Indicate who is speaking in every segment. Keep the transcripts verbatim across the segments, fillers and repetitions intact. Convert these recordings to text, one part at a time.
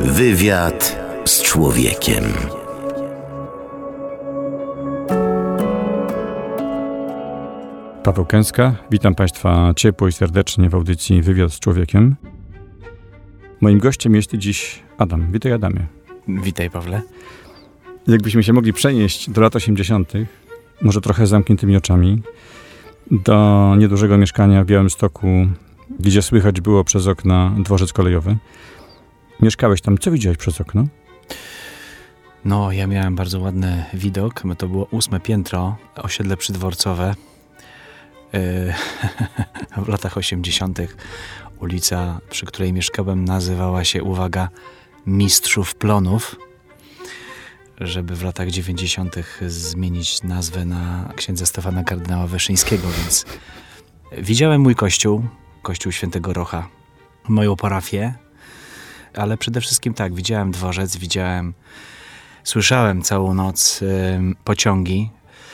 Speaker 1: Wywiad z człowiekiem.
Speaker 2: Paweł Kęska, witam Państwa ciepło i serdecznie w audycji Wywiad z człowiekiem. Moim gościem jest dziś Adam. Witaj, Adamie.
Speaker 3: Witaj, Pawle.
Speaker 2: Jakbyśmy się mogli przenieść do lat osiemdziesiątych, może trochę z zamkniętymi oczami, do niedużego mieszkania w Białymstoku, gdzie słychać było przez okna dworzec kolejowy. Mieszkałeś tam. Co widziałeś przez okno?
Speaker 3: No, ja miałem bardzo ładny widok. To było ósme piętro, osiedle przydworcowe. Yy, w latach osiemdziesiątych ulica, przy której mieszkałem, nazywała się, uwaga, Mistrzów Plonów, żeby w latach dziewięćdziesiątych zmienić nazwę na księdza Stefana kardynała Wyszyńskiego, więc widziałem mój kościół, kościół Świętego Rocha, moją parafię, ale przede wszystkim tak, widziałem dworzec, widziałem, słyszałem całą noc y, pociągi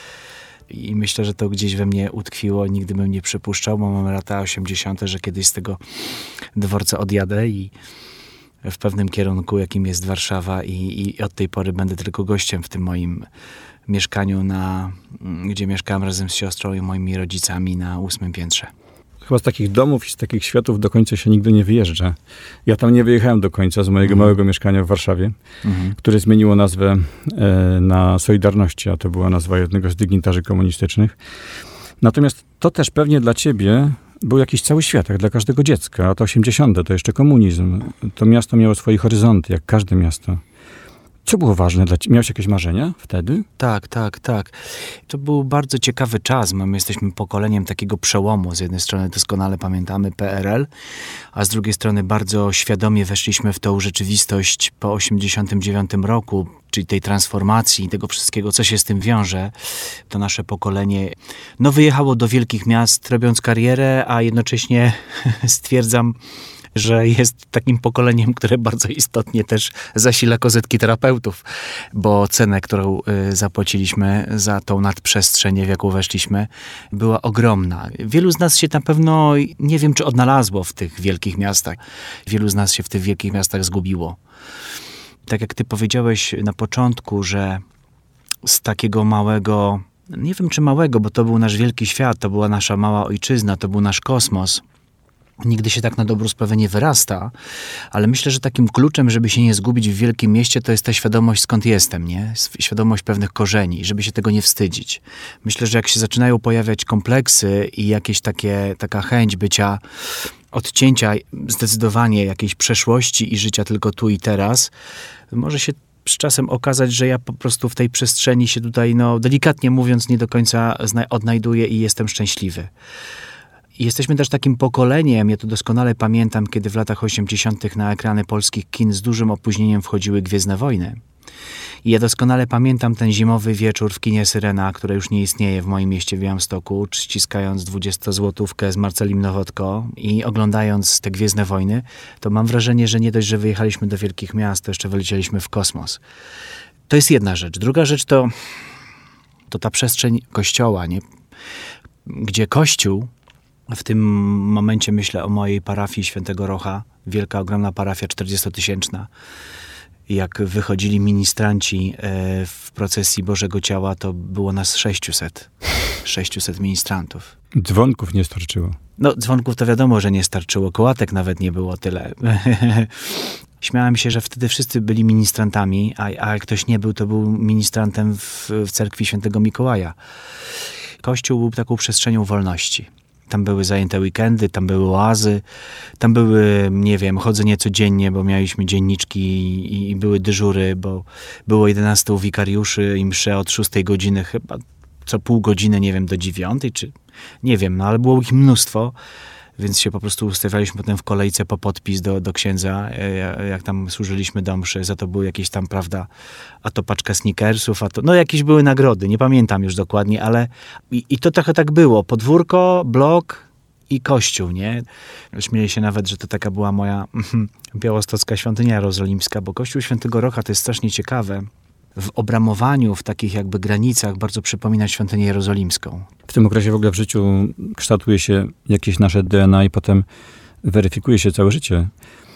Speaker 3: i myślę, że to gdzieś we mnie utkwiło, nigdy bym nie przypuszczał, bo mam lata osiemdziesiąte, że kiedyś z tego dworca odjadę i w pewnym kierunku, jakim jest Warszawa i, i od tej pory będę tylko gościem w tym moim mieszkaniu, na, gdzie mieszkałem razem z siostrą i moimi rodzicami na ósmym piętrze.
Speaker 2: Chyba z takich domów i z takich światów do końca się nigdy nie wyjeżdża. Ja tam nie wyjechałem do końca z mojego mhm. małego mieszkania w Warszawie, mhm. które zmieniło nazwę e, na Solidarności, a to była nazwa jednego z dygnitarzy komunistycznych. Natomiast to też pewnie dla ciebie był jakiś cały świat, jak dla każdego dziecka. Lata osiemdziesiąte to jeszcze komunizm. To miasto miało swoje horyzonty, jak każde miasto. Co było ważne dla ciebie? Miałeś jakieś marzenia wtedy?
Speaker 3: Tak, tak, tak. To był bardzo ciekawy czas. My jesteśmy pokoleniem takiego przełomu. Z jednej strony doskonale pamiętamy P R L, a z drugiej strony bardzo świadomie weszliśmy w tą rzeczywistość po osiemdziesiątym dziewiątym roku, czyli tej transformacji, tego wszystkiego, co się z tym wiąże. To nasze pokolenie no, wyjechało do wielkich miast, robiąc karierę, a jednocześnie stwierdzam, że jest takim pokoleniem, które bardzo istotnie też zasila kozetki terapeutów, bo cenę, którą y, zapłaciliśmy za tą nadprzestrzeń, w jaką weszliśmy, była ogromna. Wielu z nas się na pewno, nie wiem, czy odnalazło w tych wielkich miastach. Wielu z nas się w tych wielkich miastach zgubiło. Tak jak ty powiedziałeś na początku, że z takiego małego, nie wiem czy małego, bo to był nasz wielki świat, to była nasza mała ojczyzna, to był nasz kosmos. Nigdy się tak na dobrą sprawę nie wyrasta, ale myślę, że takim kluczem, żeby się nie zgubić w wielkim mieście, to jest ta świadomość, skąd jestem, nie? Świadomość pewnych korzeni, żeby się tego nie wstydzić. Myślę, że jak się zaczynają pojawiać kompleksy i jakieś takie, taka chęć bycia, odcięcia zdecydowanie jakiejś przeszłości i życia tylko tu i teraz, może się z czasem okazać, że ja po prostu w tej przestrzeni się tutaj, no delikatnie mówiąc, nie do końca zna- odnajduję i jestem szczęśliwy. I jesteśmy też takim pokoleniem, ja to doskonale pamiętam, kiedy w latach osiemdziesiątych na ekrany polskich kin z dużym opóźnieniem wchodziły Gwiezdne Wojny. I ja doskonale pamiętam ten zimowy wieczór w kinie Syrena, które już nie istnieje w moim mieście w Białymstoku, ściskając dwudziestozłotówkę z Marcelim Nowotko i oglądając te Gwiezdne Wojny, to mam wrażenie, że nie dość, że wyjechaliśmy do wielkich miast, to jeszcze wylecieliśmy w kosmos. To jest jedna rzecz. Druga rzecz to, to ta przestrzeń kościoła, nie? Gdzie Kościół, w tym momencie myślę o mojej parafii Świętego Rocha, wielka, ogromna parafia czterdziestotysięczna. Jak wychodzili ministranci w procesji Bożego Ciała, to było nas sześciuset. sześciuset ministrantów.
Speaker 2: Dzwonków nie starczyło.
Speaker 3: No, dzwonków to wiadomo, że nie starczyło. Kołatek nawet nie było tyle. Śmiałem się, że wtedy wszyscy byli ministrantami, a, a jak ktoś nie był, to był ministrantem w, w cerkwi Świętego Mikołaja. Kościół był taką przestrzenią wolności. Tam były zajęte weekendy, tam były oazy, tam były, nie wiem, chodzenie codziennie, bo mieliśmy dzienniczki i, i były dyżury, bo było jedenastu wikariuszy i msze od szóstej godziny, chyba co pół godziny, nie wiem, do dziewiątej, czy nie wiem, no ale było ich mnóstwo, więc się po prostu ustawialiśmy potem w kolejce po podpis do, do księdza, jak tam służyliśmy do mszy, za to były jakieś tam, prawda, a to paczka snickersów, a to, no jakieś były nagrody, nie pamiętam już dokładnie, ale i, i to trochę tak było, podwórko, blok i kościół, nie? Śmieję się nawet, że to taka była moja białostocka świątynia jerozolimska, bo kościół Świętego Rocha to jest strasznie ciekawe. W obramowaniu, w takich jakby granicach bardzo przypomina świątynię jerozolimską.
Speaker 2: W tym okresie w ogóle w życiu kształtuje się jakieś nasze D N A i potem weryfikuje się całe życie.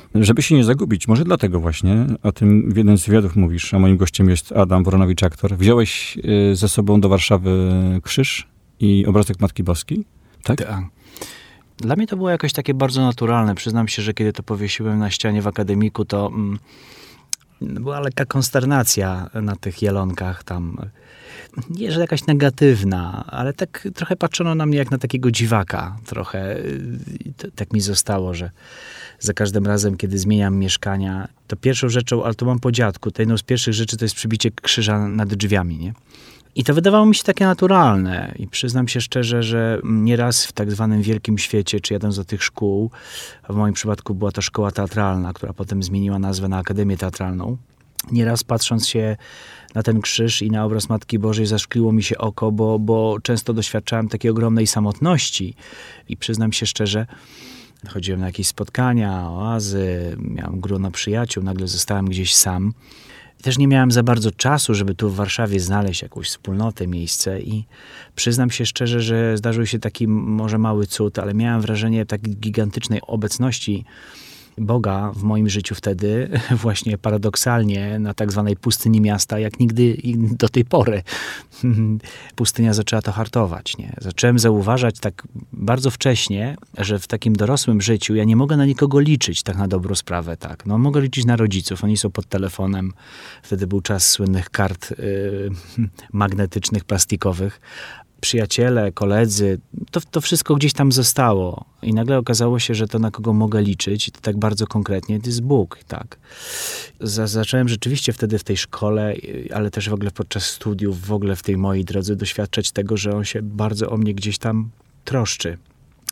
Speaker 2: Żeby się nie zagubić, może dlatego właśnie, o tym w jednym z wywiadów mówisz, a moim gościem jest Adam Woronowicz-aktor. Wziąłeś y, ze sobą do Warszawy krzyż i obrazek Matki Boskiej? Tak?
Speaker 3: Tak. Dla mnie to było jakoś takie bardzo naturalne. Przyznam się, że kiedy to powiesiłem na ścianie w akademiku, to mm, była lekka konsternacja na tych jelonkach tam. Nie, że jakaś negatywna, ale tak trochę patrzono na mnie jak na takiego dziwaka. Trochę to, tak mi zostało, że za każdym razem, kiedy zmieniam mieszkania, to pierwszą rzeczą, ale to mam po dziadku, to jedną z pierwszych rzeczy to jest przybicie krzyża nad drzwiami, nie? I to wydawało mi się takie naturalne. I przyznam się szczerze, że nieraz w tak zwanym wielkim świecie, czy jadąc do tych szkół, a w moim przypadku była to szkoła teatralna, która potem zmieniła nazwę na Akademię Teatralną, nieraz patrząc się na ten krzyż i na obraz Matki Bożej zaszkliło mi się oko, bo, bo często doświadczałem takiej ogromnej samotności. I przyznam się szczerze, chodziłem na jakieś spotkania, oazy, miałem grono przyjaciół, nagle zostałem gdzieś sam. I też nie miałem za bardzo czasu, żeby tu w Warszawie znaleźć jakąś wspólnotę, miejsce i przyznam się szczerze, że zdarzył się taki może mały cud, ale miałem wrażenie takiej gigantycznej obecności Boga w moim życiu wtedy, właśnie paradoksalnie na tak zwanej pustyni miasta, jak nigdy do tej pory. Pustynia zaczęła to hartować. Nie? Zacząłem zauważać tak bardzo wcześnie, że w takim dorosłym życiu ja nie mogę na nikogo liczyć, tak na dobrą sprawę. Tak. No, mogę liczyć na rodziców, oni są pod telefonem. Wtedy był czas słynnych kart yy, magnetycznych, plastikowych. Przyjaciele, koledzy, to, to wszystko gdzieś tam zostało. I nagle okazało się, że to, na kogo mogę liczyć, i to tak bardzo konkretnie, to jest Bóg. Tak. Za, zacząłem rzeczywiście wtedy w tej szkole, ale też w ogóle podczas studiów, w ogóle w tej mojej drodze doświadczać tego, że On się bardzo o mnie gdzieś tam troszczy.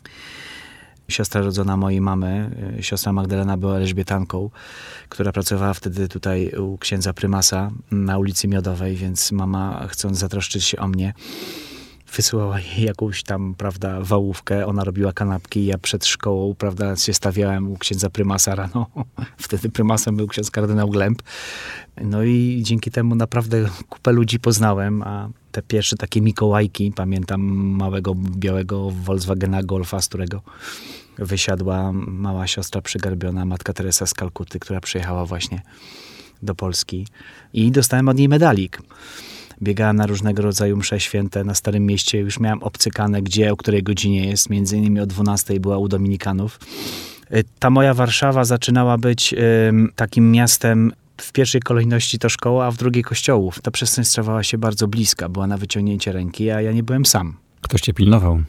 Speaker 3: Siostra rodzona mojej mamy, siostra Magdalena była Elżbietanką, która pracowała wtedy tutaj u księdza prymasa na ulicy Miodowej, więc mama, chcąc zatroszczyć się o mnie, wysyłała jej jakąś tam, prawda, wałówkę, ona robiła kanapki, ja przed szkołą, prawda, się stawiałem u księdza prymasa rano. Wtedy prymasem był ksiądz kardynał Glemp. No i dzięki temu naprawdę kupę ludzi poznałem, a te pierwsze takie Mikołajki, pamiętam małego białego Volkswagena Golfa, z którego wysiadła mała siostra przygarbiona, matka Teresa z Kalkuty, która przyjechała właśnie do Polski i dostałem od niej medalik. Biegałem na różnego rodzaju msze święte na Starym Mieście. Już miałem obcykane, gdzie, o której godzinie jest. Między innymi o dwunastej była u Dominikanów. Ta moja Warszawa zaczynała być y, takim miastem, w pierwszej kolejności to szkoła, a w drugiej kościołów. Ta przestrzeń stawała się bardzo bliska. Była na wyciągnięcie ręki, a ja nie byłem sam.
Speaker 2: Ktoś cię pilnował.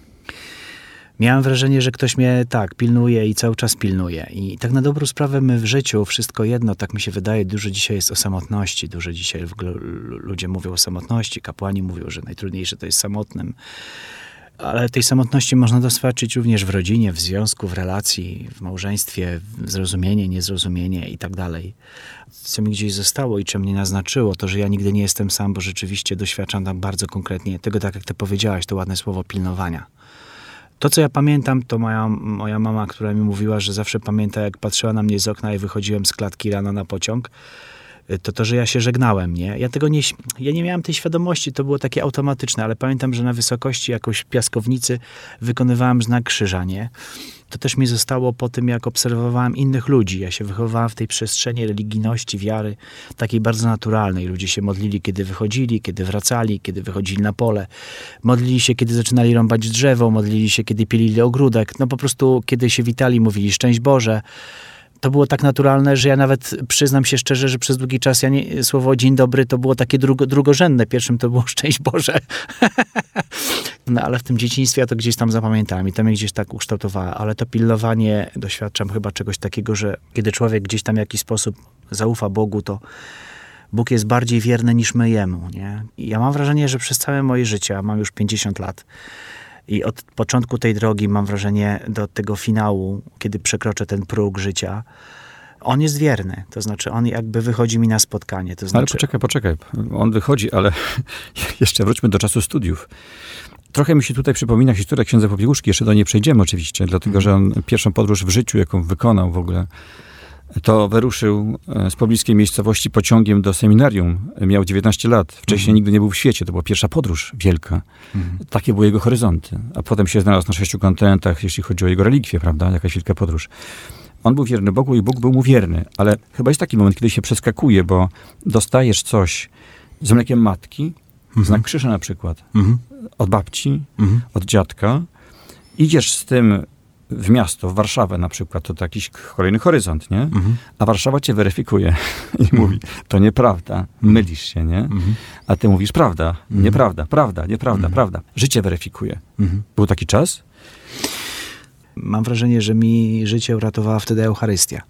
Speaker 3: Miałem wrażenie, że ktoś mnie tak pilnuje i cały czas pilnuje. I tak na dobrą sprawę my w życiu wszystko jedno, tak mi się wydaje, dużo dzisiaj jest o samotności. Dużo dzisiaj w ogóle ludzie mówią o samotności, kapłani mówią, że najtrudniejsze to jest samotnym. Ale tej samotności można doświadczyć również w rodzinie, w związku, w relacji, w małżeństwie, zrozumienie, niezrozumienie i tak dalej. Co mi gdzieś zostało i co mnie naznaczyło, to, że ja nigdy nie jestem sam, bo rzeczywiście doświadczam tam bardzo konkretnie tego, tak jak ty powiedziałaś, to ładne słowo pilnowania. To, co ja pamiętam, to moja, moja mama, która mi mówiła, że zawsze pamięta, jak patrzyła na mnie z okna i wychodziłem z klatki rano na pociąg, to to, że ja się żegnałem, nie? Ja tego nie, ja nie miałem tej świadomości, to było takie automatyczne, ale pamiętam, że na wysokości jakoś piaskownicy wykonywałem znak krzyża, nie? To też mi zostało po tym, jak obserwowałem innych ludzi. Ja się wychowywałem w tej przestrzeni religijności, wiary, takiej bardzo naturalnej. Ludzie się modlili, kiedy wychodzili, kiedy wracali, kiedy wychodzili na pole. Modlili się, kiedy zaczynali rąbać drzewo, modlili się, kiedy pilili ogródek. No po prostu, kiedy się witali, mówili szczęść Boże. To było tak naturalne, że ja nawet przyznam się szczerze, że przez długi czas ja nie, słowo dzień dobry to było takie drugo, drugorzędne. Pierwszym to było szczęść Boże. No ale w tym dzieciństwie ja to gdzieś tam zapamiętałem i to mnie gdzieś tak ukształtowało. Ale to pilnowanie, doświadczam chyba czegoś takiego, że kiedy człowiek gdzieś tam w jakiś sposób zaufa Bogu, to Bóg jest bardziej wierny niż my Jemu. Nie? I ja mam wrażenie, że przez całe moje życie, a mam już pięćdziesiąt lat, i od początku tej drogi, mam wrażenie, do tego finału, kiedy przekroczę ten próg życia, on jest wierny. To znaczy, on jakby wychodzi mi na spotkanie. To znaczy...
Speaker 2: Ale poczekaj, poczekaj. On wychodzi, ale jeszcze wróćmy do czasu studiów. Trochę mi się tutaj przypomina historia księdza Popiełuszki. Jeszcze do niej przejdziemy oczywiście, dlatego, że on pierwszą podróż w życiu, jaką wykonał w ogóle, to wyruszył z pobliskiej miejscowości pociągiem do seminarium. Miał dziewiętnaście lat. Wcześniej mhm. nigdy nie był w świecie. To była pierwsza podróż wielka. Mhm. Takie były jego horyzonty. A potem się znalazł na sześciu kontynentach, jeśli chodzi o jego relikwie, prawda? Jakaś wielka podróż. On był wierny Bogu i Bóg był mu wierny. Ale chyba jest taki moment, kiedy się przeskakuje, bo dostajesz coś z mlekiem matki, mhm. znak krzyża na przykład, mhm. od babci, mhm. od dziadka. Idziesz z tym w miasto, w Warszawę na przykład, to, to jakiś kolejny horyzont, nie? Mhm. A Warszawa cię weryfikuje i mhm. mówi, to nieprawda, mylisz się, nie? Mhm. A ty mówisz, prawda, mhm. nieprawda, prawda, nieprawda, mhm. prawda. Życie weryfikuje. Mhm. Był taki czas?
Speaker 3: Mam wrażenie, że mi życie uratowała wtedy Eucharystia.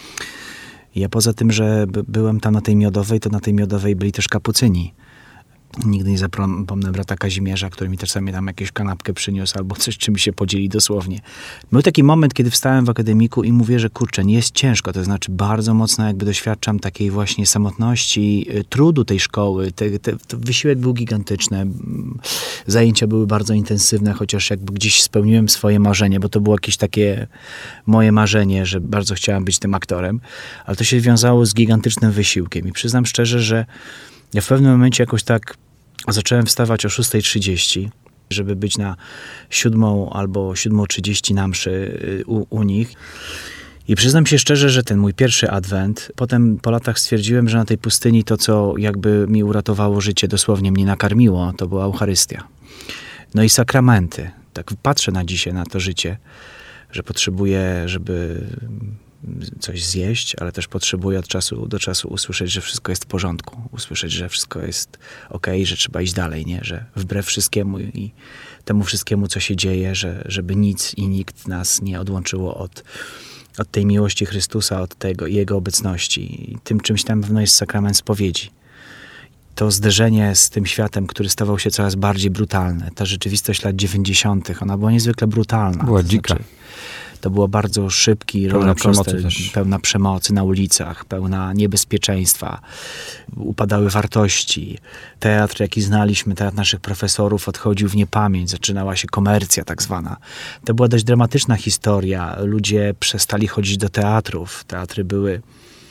Speaker 3: Ja poza tym, że by, byłem tam na tej Miodowej, to na tej Miodowej byli też kapucyni. Nigdy nie zapomnę brata Kazimierza, który mi też sobie tam jakąś kanapkę przyniósł albo coś, czym się podzieli dosłownie. Był taki moment, kiedy wstałem w akademiku i mówię, że kurczę, nie jest ciężko, to znaczy bardzo mocno jakby doświadczam takiej właśnie samotności, trudu tej szkoły. Te, te, to wysiłek był gigantyczny. Zajęcia były bardzo intensywne, chociaż jakby gdzieś spełniłem swoje marzenie, bo to było jakieś takie moje marzenie, że bardzo chciałem być tym aktorem, ale to się wiązało z gigantycznym wysiłkiem i przyznam szczerze, że ja w pewnym momencie jakoś tak zacząłem wstawać o szósta trzydzieści, żeby być na siódmą albo siódma trzydzieści na mszy u, u nich. I przyznam się szczerze, że ten mój pierwszy adwent, potem po latach stwierdziłem, że na tej pustyni to, co jakby mi uratowało życie, dosłownie mnie nakarmiło, to była Eucharystia. No i sakramenty. Tak patrzę na dzisiaj, na to życie, że potrzebuję, żeby coś zjeść, ale też potrzebuję od czasu do czasu usłyszeć, że wszystko jest w porządku. Usłyszeć, że wszystko jest okej, że trzeba iść dalej, nie? Że wbrew wszystkiemu i temu wszystkiemu, co się dzieje, że, żeby nic i nikt nas nie odłączyło od, od tej miłości Chrystusa, od tego Jego obecności. I tym czymś tam pewno jest sakrament spowiedzi. To zderzenie z tym światem, który stawał się coraz bardziej brutalny. Ta rzeczywistość lat dziewięćdziesiątych, ona była niezwykle brutalna.
Speaker 2: Była dzika.
Speaker 3: Znaczy, to było bardzo szybki rollercoaster, pełna przemocy na ulicach, pełna niebezpieczeństwa. Upadały wartości. Teatr, jaki znaliśmy, teatr naszych profesorów, odchodził w niepamięć. Zaczynała się komercja tak zwana. To była dość dramatyczna historia. Ludzie przestali chodzić do teatrów. Teatry były...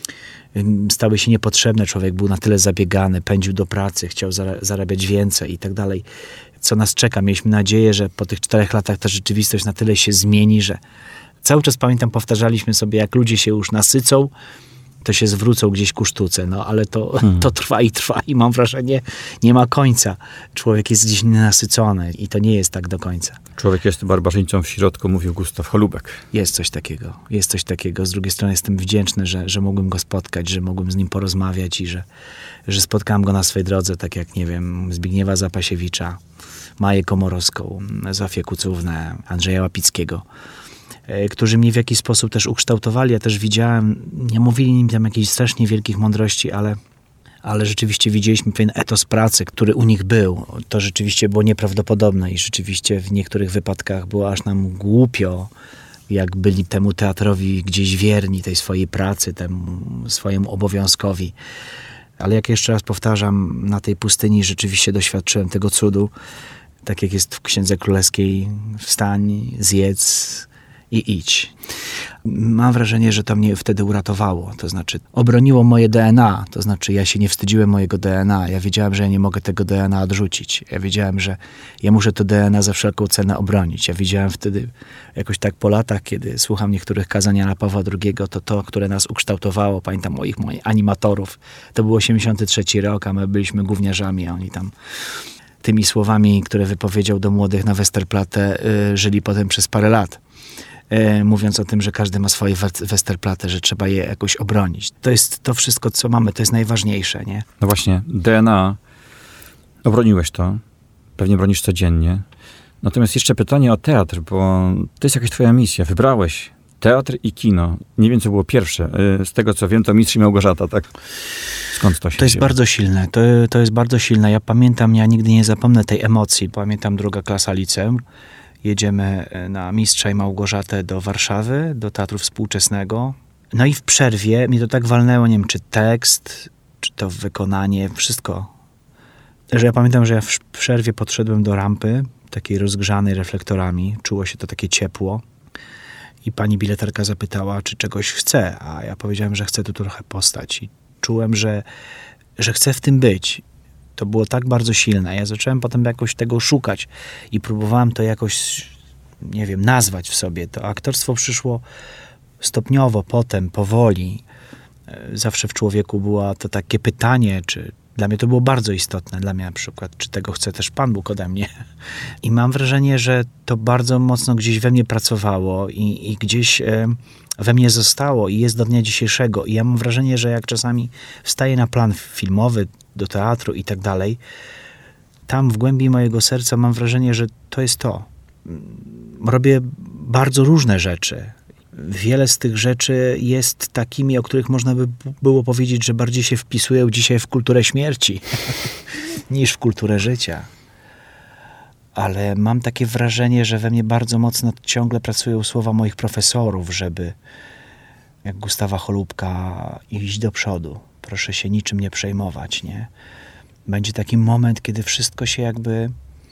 Speaker 3: stały się niepotrzebne. Człowiek był na tyle zabiegany, pędził do pracy, chciał zarabiać więcej i tak dalej. Co nas czeka? Mieliśmy nadzieję, że po tych czterech latach ta rzeczywistość na tyle się zmieni, że cały czas pamiętam, powtarzaliśmy sobie, jak ludzie się już nasycą, to się zwrócą gdzieś ku sztuce. No ale to, hmm. to trwa i trwa i mam wrażenie, nie ma końca. Człowiek jest gdzieś nienasycony i to nie jest tak do końca.
Speaker 2: Człowiek jest barbarzyńcą w środku, mówił Gustaw Holubek.
Speaker 3: Jest coś takiego. Jest coś takiego. Z drugiej strony jestem wdzięczny, że, że mogłem go spotkać, że mogłem z nim porozmawiać i że, że spotkałem go na swej drodze, tak jak, nie wiem, Zbigniewa Zapasiewicza, Maję Komorowską, Zofię Kucównę, Andrzeja Łapickiego, którzy mnie w jakiś sposób też ukształtowali. Ja też widziałem, nie mówili im tam jakichś strasznie wielkich mądrości, ale, ale rzeczywiście widzieliśmy pewien etos pracy, który u nich był. To rzeczywiście było nieprawdopodobne i rzeczywiście w niektórych wypadkach było aż nam głupio, jak byli temu teatrowi gdzieś wierni, tej swojej pracy, temu swojemu obowiązkowi. Ale jak jeszcze raz powtarzam, na tej pustyni rzeczywiście doświadczyłem tego cudu. Tak jak jest w Księdze Królewskiej, wstań, zjedz i idź. Mam wrażenie, że to mnie wtedy uratowało. To znaczy obroniło moje D N A. To znaczy ja się nie wstydziłem mojego D N A. Ja wiedziałem, że ja nie mogę tego D N A odrzucić. Ja wiedziałem, że ja muszę to D N A za wszelką cenę obronić. Ja wiedziałem wtedy jakoś tak po latach, kiedy słucham niektórych kazań Jana Pawła drugiego, to to, które nas ukształtowało, pamiętam moich, moich animatorów. To był osiemdziesiąty trzeci rok, a my byliśmy gówniarzami, a oni tam tymi słowami, które wypowiedział do młodych na Westerplatte, yy, żyli potem przez parę lat. Yy, mówiąc o tym, że każdy ma swoje Westerplatte, że trzeba je jakoś obronić. To jest to wszystko, co mamy, to jest najważniejsze, nie?
Speaker 2: No właśnie, D N A, obroniłeś to, pewnie bronisz codziennie. Natomiast jeszcze pytanie o teatr, bo to jest jakaś twoja misja. Wybrałeś teatr i kino. Nie wiem, co było pierwsze. Yy, z tego, co wiem, to Mistrz i Małgorzata, tak? Skąd to się
Speaker 3: To jest
Speaker 2: dzieje?
Speaker 3: bardzo silne. To, to jest bardzo silne. Ja pamiętam, ja nigdy nie zapomnę tej emocji. Pamiętam druga klasa liceum. Jedziemy na Mistrza i Małgorzatę do Warszawy, do Teatru Współczesnego. No i w przerwie mi to tak walnęło, nie wiem, czy tekst, czy to wykonanie, wszystko. Że ja pamiętam, że ja w przerwie podszedłem do rampy, takiej rozgrzanej reflektorami. Czuło się to takie ciepło. I pani bileterka zapytała, czy czegoś chce, a ja powiedziałem, że chcę tu trochę postać. I czułem, że, że chcę w tym być. To było tak bardzo silne. Ja zacząłem potem jakoś tego szukać i próbowałem to jakoś, nie wiem, nazwać w sobie. To aktorstwo przyszło stopniowo, potem, powoli, zawsze w człowieku było to takie pytanie, czy dla mnie to było bardzo istotne, dla mnie na przykład, czy tego chce też Pan Bóg ode mnie. I mam wrażenie, że to bardzo mocno gdzieś we mnie pracowało i, i gdzieś e, we mnie zostało i jest do dnia dzisiejszego. I ja mam wrażenie, że jak czasami wstaję na plan filmowy, do teatru i tak dalej, tam w głębi mojego serca mam wrażenie, że to jest to. Robię bardzo różne rzeczy. Wiele z tych rzeczy jest takimi, o których można by było powiedzieć, że bardziej się wpisują dzisiaj w kulturę śmierci niż w kulturę życia. Ale mam takie wrażenie, że we mnie bardzo mocno ciągle pracują słowa moich profesorów, żeby, jak Gustawa Holubka, iść do przodu. Proszę się niczym nie przejmować, nie? Będzie taki moment, kiedy wszystko się jakby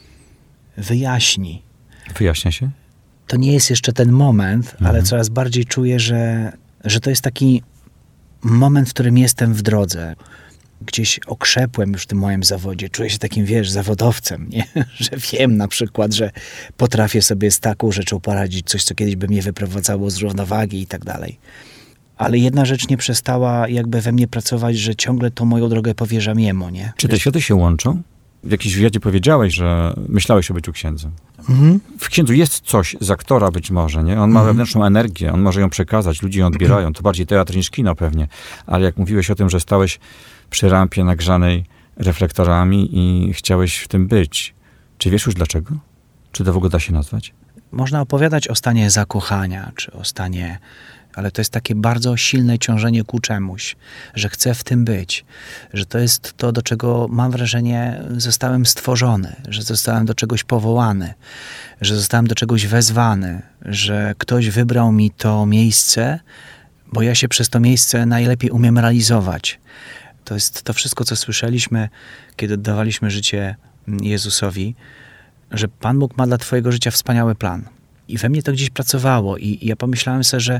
Speaker 3: wyjaśni.
Speaker 2: Wyjaśnia się?
Speaker 3: To nie jest jeszcze ten moment, mhm. ale coraz bardziej czuję, że, że to jest taki moment, w którym jestem w drodze. Gdzieś okrzepłem już w tym moim zawodzie. Czuję się takim, wiesz, zawodowcem, nie? Że wiem na przykład, że potrafię sobie z taką rzeczą poradzić, coś, co kiedyś by mnie wyprowadzało z równowagi i tak dalej. Ale jedna rzecz nie przestała jakby we mnie pracować, że ciągle tą moją drogę powierzam jemu, nie?
Speaker 2: Czy te światy się łączą? W jakimś wywiadzie powiedziałeś, że myślałeś o byciu księdzem.
Speaker 3: Mhm.
Speaker 2: W księdzu jest coś z aktora być może, nie? On ma
Speaker 3: Mhm.
Speaker 2: wewnętrzną energię, on może ją przekazać, ludzie ją odbierają. To bardziej teatr niż kino pewnie. Ale jak mówiłeś o tym, że stałeś przy rampie nagrzanej reflektorami i chciałeś w tym być. Czy wiesz już dlaczego? Czy to w ogóle da się nazwać?
Speaker 3: Można opowiadać o stanie zakochania, czy o stanie... Ale to jest takie bardzo silne ciążenie ku czemuś, że chcę w tym być, że to jest to, do czego mam wrażenie zostałem stworzony, że zostałem do czegoś powołany, że zostałem do czegoś wezwany, że ktoś wybrał mi to miejsce, bo ja się przez to miejsce najlepiej umiem realizować. To jest to wszystko, co słyszeliśmy, kiedy oddawaliśmy życie Jezusowi, że Pan Bóg ma dla twojego życia wspaniały plan. I we mnie to gdzieś pracowało i, i ja pomyślałem sobie, że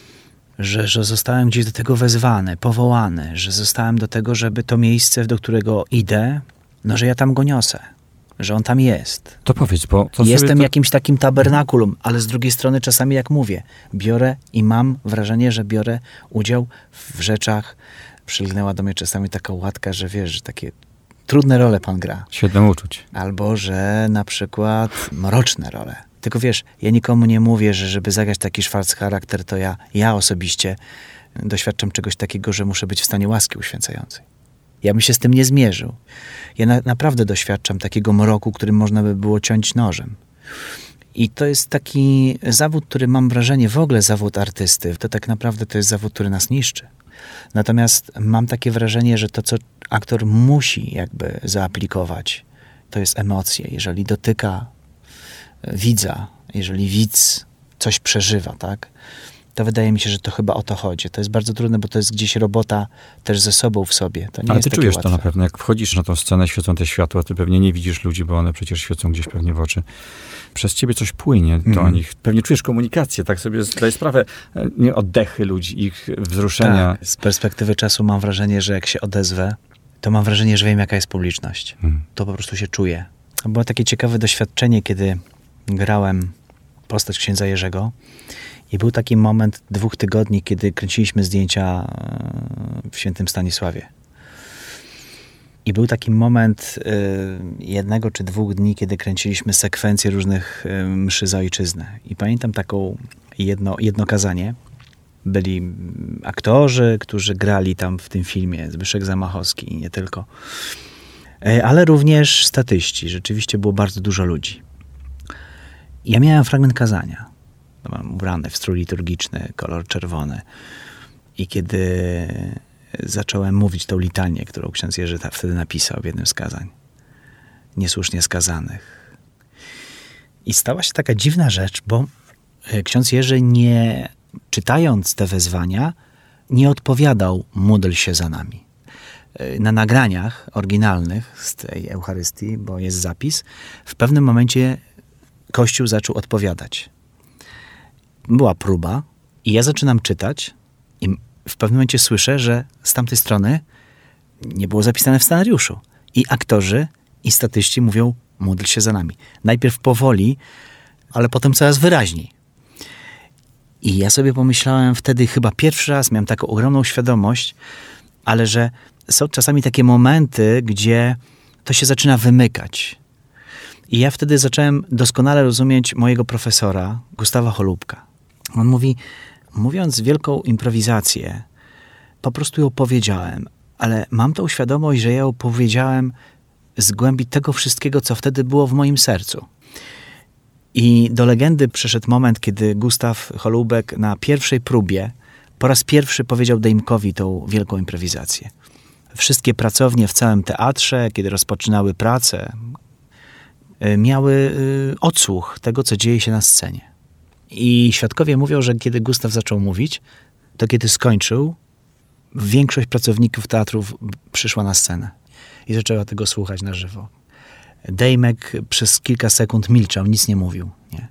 Speaker 3: Że, że zostałem gdzieś do tego wezwany, powołany, że zostałem do tego, żeby to miejsce, do którego idę, no, że ja tam go niosę, że on tam jest.
Speaker 2: To powiedz, bo... To
Speaker 3: Jestem
Speaker 2: to...
Speaker 3: jakimś takim tabernakulum, ale z drugiej strony czasami, jak mówię, biorę i mam wrażenie, że biorę udział w rzeczach. Przylgnęła do mnie czasami taka łatka, że wiesz, że takie trudne role Pan gra.
Speaker 2: Siedem uczuć.
Speaker 3: Albo, że na przykład mroczne role. Tylko wiesz, ja nikomu nie mówię, że żeby zagrać taki szwarc charakter, to ja, ja osobiście doświadczam czegoś takiego, że muszę być w stanie łaski uświęcającej. Ja bym się z tym nie zmierzył. Ja na, naprawdę doświadczam takiego mroku, którym można by było ciąć nożem. I to jest taki zawód, który mam wrażenie, w ogóle zawód artysty, to tak naprawdę to jest zawód, który nas niszczy. Natomiast mam takie wrażenie, że to, co aktor musi jakby zaaplikować, to jest emocje. Jeżeli dotyka widza, jeżeli widz coś przeżywa, tak, to wydaje mi się, że to chyba o to chodzi. To jest bardzo trudne, bo to jest gdzieś robota też ze sobą w sobie. To nie
Speaker 2: Ale
Speaker 3: jest
Speaker 2: ty
Speaker 3: takie
Speaker 2: czujesz
Speaker 3: łatwe.
Speaker 2: to na pewno. Jak wchodzisz na tą scenę, świecą te światła, ty pewnie nie widzisz ludzi, bo one przecież świecą gdzieś pewnie w oczy. Przez ciebie coś płynie do
Speaker 3: Mhm.
Speaker 2: nich. Pewnie czujesz komunikację, tak sobie zdaję sprawę, nie, oddechy ludzi, ich wzruszenia.
Speaker 3: Tak. Z perspektywy czasu mam wrażenie, że jak się odezwę, to mam wrażenie, że wiem, jaka jest publiczność.
Speaker 2: Hmm.
Speaker 3: To po prostu się czuje. Było takie ciekawe doświadczenie, kiedy grałem postać księdza Jerzego i był taki moment dwóch tygodni, kiedy kręciliśmy zdjęcia w Świętym Stanisławie. I był taki moment y, jednego czy dwóch dni, kiedy kręciliśmy sekwencje różnych y, mszy za ojczyznę. I pamiętam taką jedno, jedno kazanie. Byli aktorzy, którzy grali tam w tym filmie, Zbyszek Zamachowski i nie tylko. Y, ale również statyści. Rzeczywiście było bardzo dużo ludzi. Ja miałem fragment kazania. Byłem ubrany w strój liturgiczny, kolor czerwony. I kiedy zacząłem mówić tą litanię, którą ksiądz Jerzy wtedy napisał w jednym z kazań. Niesłusznie skazanych. I stała się taka dziwna rzecz, bo ksiądz Jerzy, nie czytając te wezwania, nie odpowiadał: módl się za nami. Na nagraniach oryginalnych z tej Eucharystii, bo jest zapis, w pewnym momencie Kościół zaczął odpowiadać. Była próba i ja zaczynam czytać i w pewnym momencie słyszę, że z tamtej strony nie było zapisane w scenariuszu. I aktorzy, i statyści mówią: módl się za nami. Najpierw powoli, ale potem coraz wyraźniej. I ja sobie pomyślałem wtedy, chyba pierwszy raz miałem taką ogromną świadomość, ale że są czasami takie momenty, gdzie to się zaczyna wymykać. I ja wtedy zacząłem doskonale rozumieć mojego profesora, Gustawa Holubka. On mówi, mówiąc wielką improwizację, po prostu ją powiedziałem, ale mam tą świadomość, że ja ją powiedziałem z głębi tego wszystkiego, co wtedy było w moim sercu. I do legendy przyszedł moment, kiedy Gustaw Holubek na pierwszej próbie po raz pierwszy powiedział Dejmkowi tą wielką improwizację. Wszystkie pracownie w całym teatrze, kiedy rozpoczynały pracę, miały odsłuch tego, co dzieje się na scenie. I świadkowie mówią, że kiedy Gustaw zaczął mówić, to kiedy skończył, większość pracowników teatrów przyszła na scenę i zaczęła tego słuchać na żywo. Dejmek przez kilka sekund milczał, nic nie mówił. Nie?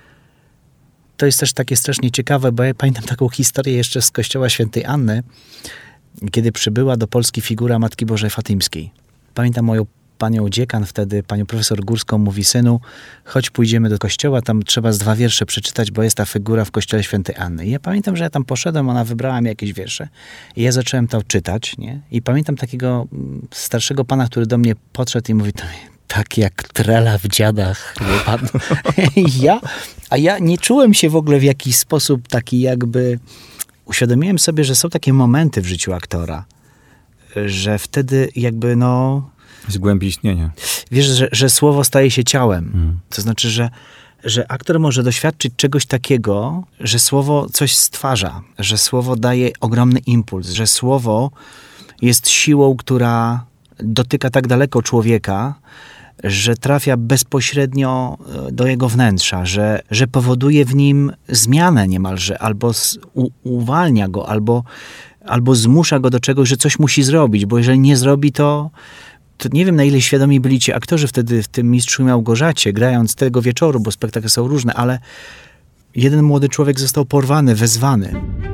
Speaker 3: To jest też takie strasznie ciekawe, bo ja pamiętam taką historię jeszcze z kościoła Świętej Anny, kiedy przybyła do Polski figura Matki Bożej Fatymskiej. Pamiętam moją panią dziekan wtedy, panią profesor Górską, mówi: synu, chodź pójdziemy do kościoła, tam trzeba z dwa wiersze przeczytać, bo jest ta figura w kościele Świętej Anny. I ja pamiętam, że ja tam poszedłem, ona wybrała mi jakieś wiersze i ja zacząłem to czytać, nie? I pamiętam takiego starszego pana, który do mnie podszedł i mówi do mnie: tak jak trela w dziadach, wie pan. ja, a ja nie czułem się w ogóle w jakiś sposób taki jakby... Uświadomiłem sobie, że są takie momenty w życiu aktora, że wtedy jakby no...
Speaker 2: Z głębi istnienia.
Speaker 3: Wiesz, że, że słowo staje się ciałem.
Speaker 2: Mm.
Speaker 3: To znaczy, że, że aktor może doświadczyć czegoś takiego, że słowo coś stwarza, że słowo daje ogromny impuls, że słowo jest siłą, która dotyka tak daleko człowieka, że trafia bezpośrednio do jego wnętrza, że, że powoduje w nim zmianę niemalże, albo u, uwalnia go, albo, albo zmusza go do czegoś, że coś musi zrobić, bo jeżeli nie zrobi, to, to nie wiem, na ile świadomi byli ci aktorzy wtedy w tym Mistrzu i Małgorzacie, grając tego wieczoru, bo spektakle są różne, ale jeden młody człowiek został porwany, wezwany.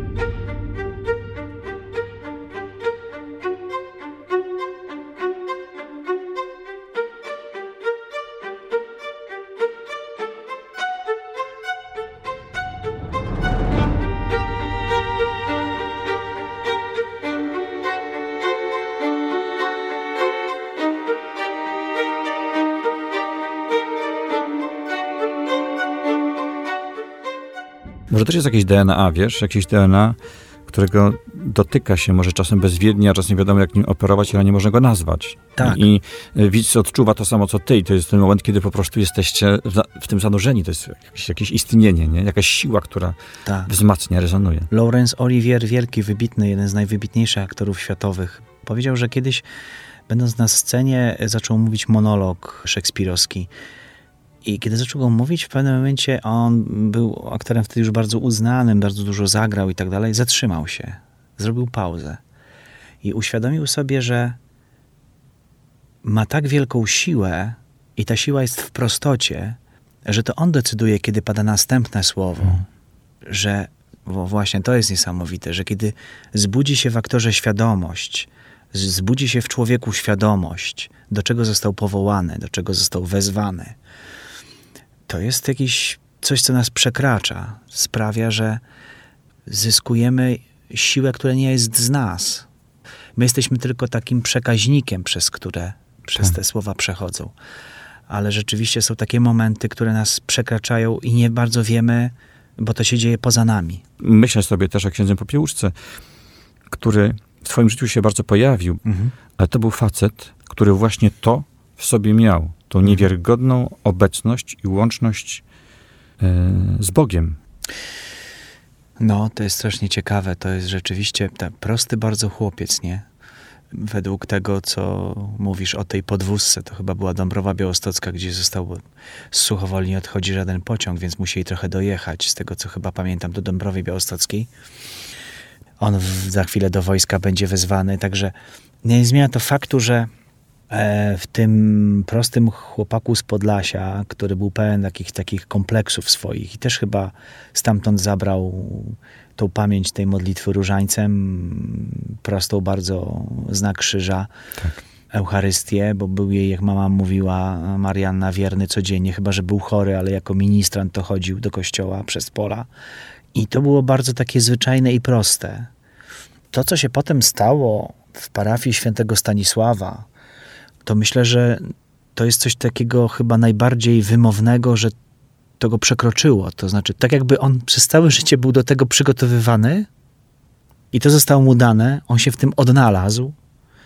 Speaker 2: Może też jest jakieś D N A, wiesz? Jakieś D N A, którego dotyka się może czasem bezwiednie, a czasem nie wiadomo, jak nim operować, ale nie można go nazwać.
Speaker 3: Tak.
Speaker 2: I, i widz odczuwa to samo, co ty. I to jest ten moment, kiedy po prostu jesteście w, w tym zanurzeni. To jest jakieś, jakieś istnienie, nie? Jakaś siła, która
Speaker 3: Tak.
Speaker 2: wzmacnia, rezonuje.
Speaker 3: Laurence Olivier, wielki, wybitny, jeden z najwybitniejszych aktorów światowych, powiedział, że kiedyś, będąc na scenie, zaczął mówić monolog szekspirowski. I kiedy zaczął go mówić, w pewnym momencie on był aktorem wtedy już bardzo uznanym, bardzo dużo zagrał i tak dalej, zatrzymał się, zrobił pauzę i uświadomił sobie, że ma tak wielką siłę i ta siła jest w prostocie, że to on decyduje, kiedy pada następne słowo. Hmm. Że bo właśnie to jest niesamowite, że kiedy zbudzi się w aktorze świadomość, zbudzi się w człowieku świadomość, do czego został powołany, do czego został wezwany, to jest jakiś coś, co nas przekracza. Sprawia, że zyskujemy siłę, która nie jest z nas. My jesteśmy tylko takim przekaźnikiem, przez które przez
Speaker 2: tak.
Speaker 3: te słowa przechodzą. Ale rzeczywiście są takie momenty, które nas przekraczają i nie bardzo wiemy, bo to się dzieje poza nami.
Speaker 2: Myślę sobie też o księdze Popiełuszce, który w swoim życiu się bardzo pojawił, mhm. ale to był facet, który właśnie to w sobie miał. Tą niewiarygodną obecność i łączność e, z Bogiem.
Speaker 3: No, to jest strasznie ciekawe. To jest rzeczywiście tak prosty bardzo chłopiec, nie? Według tego, co mówisz o tej podwózce, to chyba była Dąbrowa Białostocka, gdzie został z Suchowoli nie odchodzi żaden pociąg, więc musieli trochę dojechać, z tego, co chyba pamiętam, do Dąbrowy Białostockiej. On w, za chwilę do wojska będzie wezwany, także nie zmienia to faktu, że w tym prostym chłopaku z Podlasia, który był pełen takich, takich kompleksów swoich i też chyba stamtąd zabrał tą pamięć tej modlitwy różańcem, prostą bardzo znak krzyża, tak. Eucharystię, bo był jej, jak mama mówiła, Marianna, wierny codziennie, chyba że był chory, ale jako ministrant to chodził do kościoła przez pola I to było bardzo takie zwyczajne i proste. To, co się potem stało w parafii świętego Stanisława, to myślę, że to jest coś takiego chyba najbardziej wymownego, że to go przekroczyło. To znaczy, tak jakby on przez całe życie był do tego przygotowywany i to zostało mu dane, on się w tym odnalazł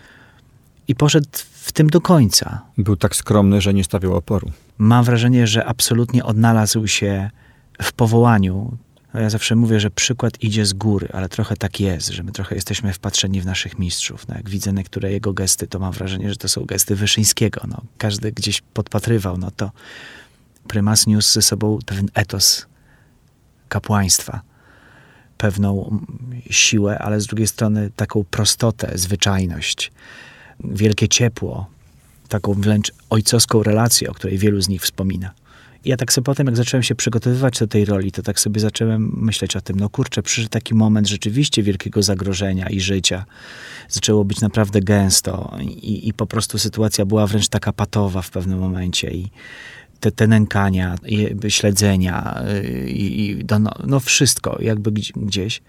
Speaker 3: i poszedł w tym do końca.
Speaker 2: Był tak skromny, że nie stawiał oporu.
Speaker 3: Mam wrażenie, że absolutnie odnalazł się w powołaniu. Ja zawsze mówię, że przykład idzie z góry, ale trochę tak jest, że my trochę jesteśmy wpatrzeni w naszych mistrzów. No, jak widzę niektóre jego gesty, to mam wrażenie, że to są gesty Wyszyńskiego. No, każdy gdzieś podpatrywał, no to prymas niósł ze sobą pewien etos kapłaństwa, pewną siłę, ale z drugiej strony taką prostotę, zwyczajność, wielkie ciepło, taką wręcz ojcowską relację, o której wielu z nich wspomina. I ja tak sobie potem, jak zacząłem się przygotowywać do tej roli, to tak sobie zacząłem myśleć o tym, no kurczę, przyszedł taki moment rzeczywiście wielkiego zagrożenia i życia. Zaczęło być naprawdę gęsto i, i po prostu sytuacja była wręcz taka patowa w pewnym momencie i te, te nękania, i śledzenia i, i no, no wszystko jakby gdzieś.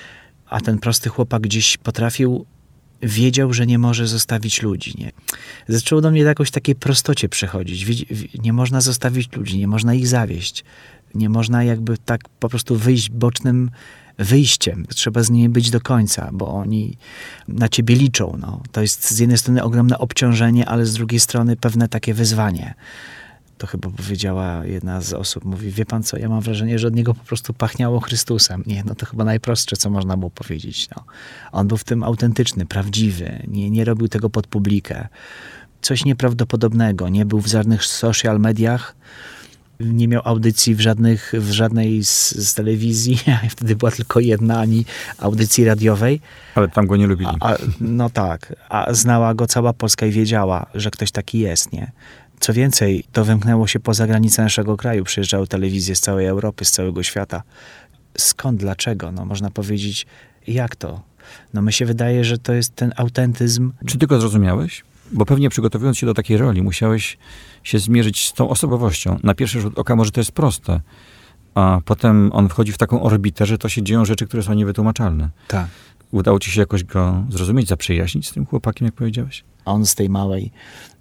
Speaker 3: A ten prosty chłopak gdzieś potrafił, wiedział, że nie może zostawić ludzi. Nie? Zaczęło do mnie jakoś takiej prostocie przechodzić. Nie można zostawić ludzi, nie można ich zawieść. Nie można jakby tak po prostu wyjść bocznym wyjściem. Trzeba z nimi być do końca, bo oni na ciebie liczą. No. To jest z jednej strony ogromne obciążenie, ale z drugiej strony pewne takie wyzwanie. To chyba powiedziała jedna z osób, mówi, wie pan co, ja mam wrażenie, że od niego po prostu pachniało Chrystusem. Nie, no to chyba najprostsze, co można było powiedzieć. No. On był w tym autentyczny, prawdziwy, nie, nie robił tego pod publikę. Coś nieprawdopodobnego, nie był w żadnych social mediach, nie miał audycji w, żadnych, w żadnej z, z telewizji, wtedy była tylko jedna, ani audycji radiowej.
Speaker 2: Ale tam go nie lubili.
Speaker 3: A, a, no tak, a znała go cała Polska i wiedziała, że ktoś taki jest, nie? Co więcej, to wymknęło się poza granice naszego kraju. Przyjeżdżały telewizje z całej Europy, z całego świata. Skąd, dlaczego? No można powiedzieć, jak to? No mi się wydaje, że to jest ten autentyzm.
Speaker 2: Czy ty go zrozumiałeś? Bo pewnie przygotowując się do takiej roli, musiałeś się zmierzyć z tą osobowością. Na pierwszy rzut oka może to jest proste, a potem on wchodzi w taką orbitę, że to się dzieją rzeczy, które są niewytłumaczalne.
Speaker 3: Tak.
Speaker 2: Udało ci się jakoś go zrozumieć, zaprzyjaźnić z tym chłopakiem, jak powiedziałeś?
Speaker 3: On z tej małej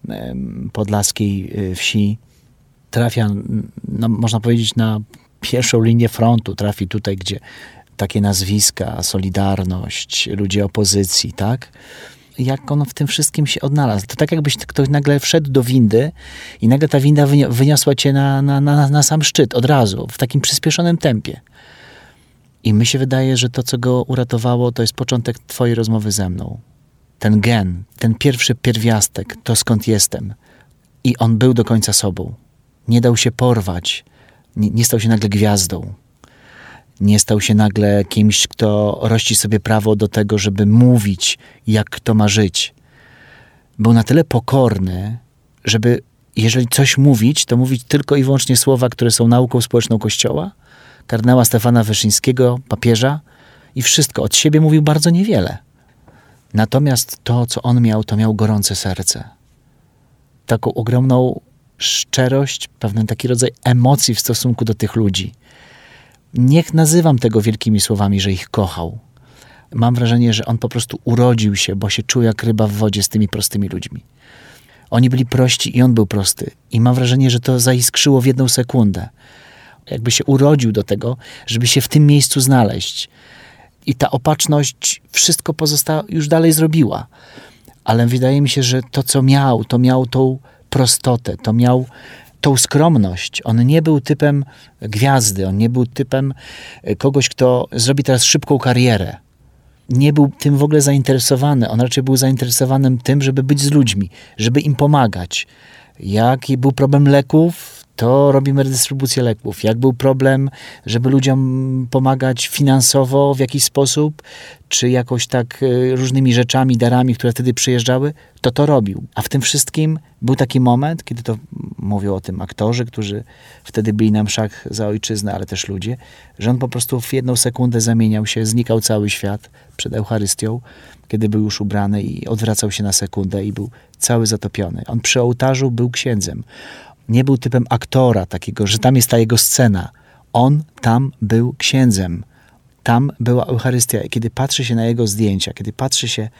Speaker 3: podlaskiej wsi trafia, no, można powiedzieć, na pierwszą linię frontu. Trafi tutaj, gdzie takie nazwiska, Solidarność, ludzie opozycji, tak? Jak on w tym wszystkim się odnalazł. To tak jakbyś ktoś nagle wszedł do windy i nagle ta winda wyniosła cię na, na, na, na sam szczyt od razu, w takim przyspieszonym tempie. I mi się wydaje, że to, co go uratowało, to jest początek twojej rozmowy ze mną. Ten gen, ten pierwszy pierwiastek, to skąd jestem. I on był do końca sobą. Nie dał się porwać. Nie, nie stał się nagle gwiazdą. Nie stał się nagle kimś, kto rości sobie prawo do tego, żeby mówić, jak kto ma żyć. Był na tyle pokorny, żeby jeżeli coś mówić, to mówić tylko i wyłącznie słowa, które są nauką społeczną Kościoła, kardynała Stefana Wyszyńskiego, papieża i wszystko. Od siebie mówił bardzo niewiele. Natomiast to, co on miał, to miał gorące serce. Taką ogromną szczerość, pewien taki rodzaj emocji w stosunku do tych ludzi. Niech nazywam tego wielkimi słowami, że ich kochał. Mam wrażenie, że on po prostu urodził się, bo się czuł jak ryba w wodzie z tymi prostymi ludźmi. Oni byli prości i on był prosty. I mam wrażenie, że to zaiskrzyło w jedną sekundę. Jakby się urodził do tego, żeby się w tym miejscu znaleźć. I ta opatrzność wszystko pozostałe już dalej zrobiła. Ale wydaje mi się, że to, co miał, to miał tą prostotę, to miał tą skromność. On nie był typem gwiazdy, on nie był typem kogoś, kto zrobi teraz szybką karierę. Nie był tym w ogóle zainteresowany. On raczej był zainteresowanym tym, żeby być z ludźmi, żeby im pomagać. Jaki był problem leków, to robimy redystrybucję leków. Jak był problem, żeby ludziom pomagać finansowo w jakiś sposób, czy jakoś tak różnymi rzeczami, darami, które wtedy przyjeżdżały, to to robił. A w tym wszystkim był taki moment, kiedy to mówią o tym aktorzy, którzy wtedy byli na mszach za ojczyznę, ale też ludzie, że on po prostu w jedną sekundę zamieniał się, znikał cały świat przed Eucharystią, kiedy był już ubrany i odwracał się na sekundę i był cały zatopiony. On przy ołtarzu był księdzem. Nie był typem aktora takiego, że tam jest ta jego scena. On tam był księdzem. tam była Eucharystia. I kiedy patrzy się na jego zdjęcia, kiedy patrzy się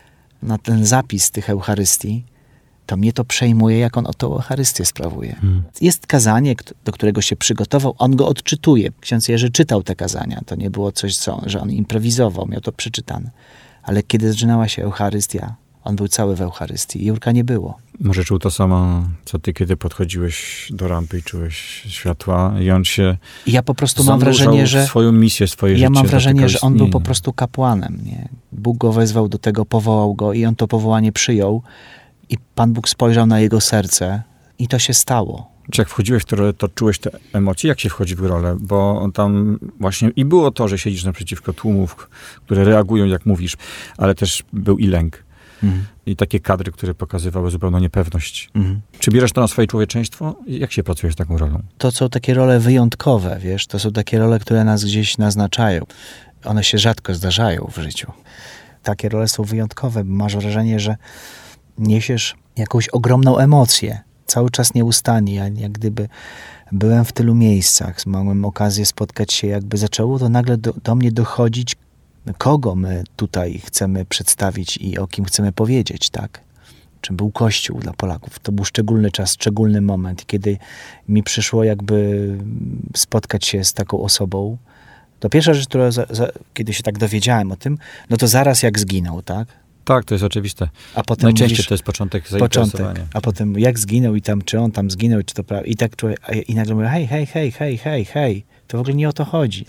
Speaker 3: na ten zapis tych Eucharystii, to mnie to przejmuje, jak on o tą Eucharystię sprawuje. Hmm. Jest kazanie, do którego się przygotował, on go odczytuje. Ksiądz Jerzy czytał te kazania. To nie było coś, co, że on improwizował, miał to przeczytane. Ale kiedy zaczynała się Eucharystia, on był cały w Eucharystii. Jurka nie było.
Speaker 2: Może czuł to samo, co ty, kiedy podchodziłeś do rampy i czułeś światła i on się
Speaker 3: I ja po prostu mam wrażenie, że...
Speaker 2: swoją misję, swoje
Speaker 3: ja
Speaker 2: życie.
Speaker 3: Ja mam wrażenie, że on
Speaker 2: istnienie.
Speaker 3: był po prostu kapłanem. Nie? Bóg go wezwał do tego, powołał go i on to powołanie przyjął. I Pan Bóg spojrzał na jego serce i to się stało.
Speaker 2: Czy jak wchodziłeś w tę rolę, to czułeś te emocje? Jak się wchodzi w rolę? Bo tam właśnie i było to, że siedzisz naprzeciwko tłumów, które reagują, jak mówisz, ale też był i lęk. Mhm. I takie kadry, które pokazywały zupełną niepewność. Mhm. Czy bierzesz to na swoje człowieczeństwo? Jak się pracuje z taką rolą?
Speaker 3: To są takie role wyjątkowe, wiesz? To są takie role, które nas gdzieś naznaczają. One się rzadko zdarzają w życiu. Takie role są wyjątkowe. Masz wrażenie, że niesiesz jakąś ogromną emocję. Cały czas nieustannie. Ja jak gdyby byłem w tylu miejscach. Miałem okazję spotkać się, jakby zaczęło to nagle do, do mnie dochodzić, kogo my tutaj chcemy przedstawić i o kim chcemy powiedzieć, tak? Czym był Kościół dla Polaków. To był szczególny czas, szczególny moment. Kiedy mi przyszło jakby spotkać się z taką osobą, to pierwsza rzecz, która za, za, kiedy się tak dowiedziałem o tym, no to zaraz jak zginął, tak?
Speaker 2: Tak, to jest oczywiste.
Speaker 3: A potem
Speaker 2: Najczęściej
Speaker 3: mówisz,
Speaker 2: to jest początek zainteresowania.
Speaker 3: Początek, a potem jak zginął i tam, czy on tam zginął, czy to prawda. I tak człowiek, i nagle mówię, hej, hej, hej, hej, hej, hej. To w ogóle nie o to chodzi.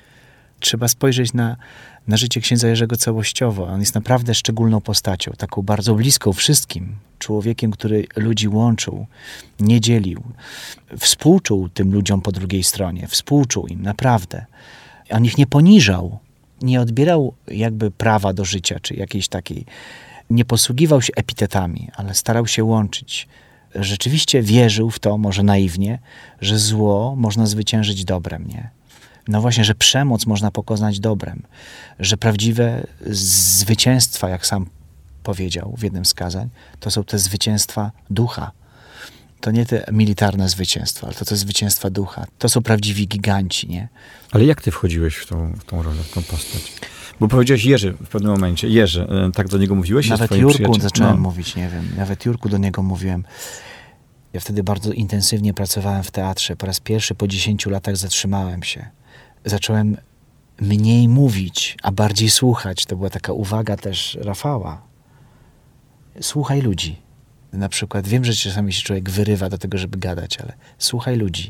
Speaker 3: Trzeba spojrzeć na, na życie księdza Jerzego całościowo. On jest naprawdę szczególną postacią, taką bardzo bliską wszystkim. Człowiekiem, który ludzi łączył, nie dzielił. Współczuł tym ludziom po drugiej stronie. Współczuł im, naprawdę. On ich nie poniżał. Nie odbierał jakby prawa do życia, czy jakiejś takiej... Nie posługiwał się epitetami, ale starał się łączyć. Rzeczywiście wierzył w to, może naiwnie, że zło można zwyciężyć dobrem, nie? No właśnie, że przemoc można pokonać dobrem. Że prawdziwe zwycięstwa, jak sam powiedział w jednym z kazań, to są te zwycięstwa ducha. To nie te militarne zwycięstwa, ale to te zwycięstwa ducha. To są prawdziwi giganci, nie?
Speaker 2: Ale jak ty wchodziłeś w tą, w tą rolę, w tą postać? Bo powiedziałeś Jerzy w pewnym momencie. Jerzy, tak do niego mówiłeś?
Speaker 3: Nawet Jurku zacząłem no. mówić, nie wiem. Nawet Jurku do niego mówiłem. Ja wtedy bardzo intensywnie pracowałem w teatrze. Po raz pierwszy po dziesięciu latach zatrzymałem się. Zacząłem mniej mówić, a bardziej słuchać. To była taka uwaga też Rafała. Słuchaj ludzi. Na przykład, wiem, że czasami się człowiek wyrywa do tego, żeby gadać, ale słuchaj ludzi.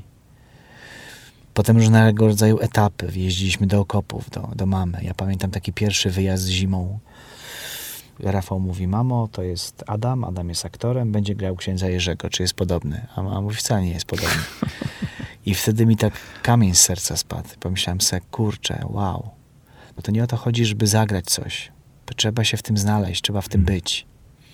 Speaker 3: Potem różnego rodzaju etapy. Jeździliśmy do okopów, do, do mamy. Ja pamiętam taki pierwszy wyjazd zimą. Rafał mówi, mamo, to jest Adam, Adam jest aktorem, będzie grał księdza Jerzego. Czy jest podobny? A mama mówi, wcale nie jest podobny. I wtedy mi tak kamień z serca spadł. Pomyślałem sobie, kurczę, wow. Bo to nie o to chodzi, żeby zagrać coś. To trzeba się w tym znaleźć, trzeba w tym być.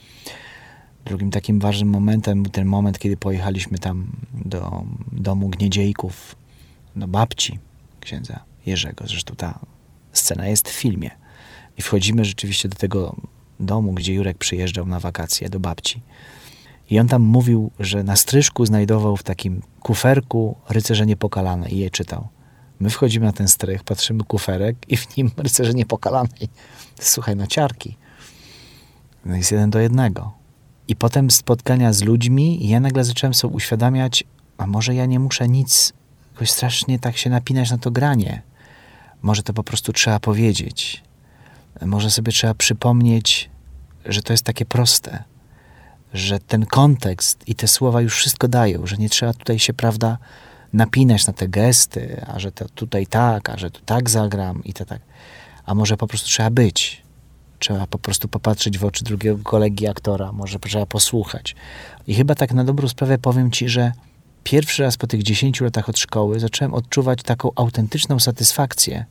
Speaker 3: Drugim takim ważnym momentem był ten moment, kiedy pojechaliśmy tam do domu Gniedziejków, do babci księdza Jerzego. Zresztą ta scena jest w filmie. I wchodzimy rzeczywiście do tego domu, gdzie Jurek przyjeżdżał na wakacje do babci. I on tam mówił, że na stryżku znajdował w takim kuferku Rycerze Niepokalane i je czytał. My wchodzimy na ten strych, patrzymy kuferek i w nim Rycerze Niepokalane. Słuchaj, no ciarki. No jest jeden do jednego. I potem spotkania z ludźmi i ja nagle zacząłem sobie uświadamiać, a może ja nie muszę nic, jakoś strasznie tak się napinać na to granie. Może to po prostu trzeba powiedzieć. Może sobie trzeba przypomnieć, że to jest takie proste. Że ten kontekst i te słowa już wszystko dają, że nie trzeba tutaj się, prawda, napinać na te gesty, a że to tutaj tak, a że tu tak zagram i to tak. A może po prostu trzeba być. Trzeba po prostu popatrzeć w oczy drugiego kolegi aktora, może trzeba posłuchać. I chyba tak na dobrą sprawę powiem ci, że pierwszy raz po tych dziesięciu latach od szkoły zacząłem odczuwać taką autentyczną satysfakcję,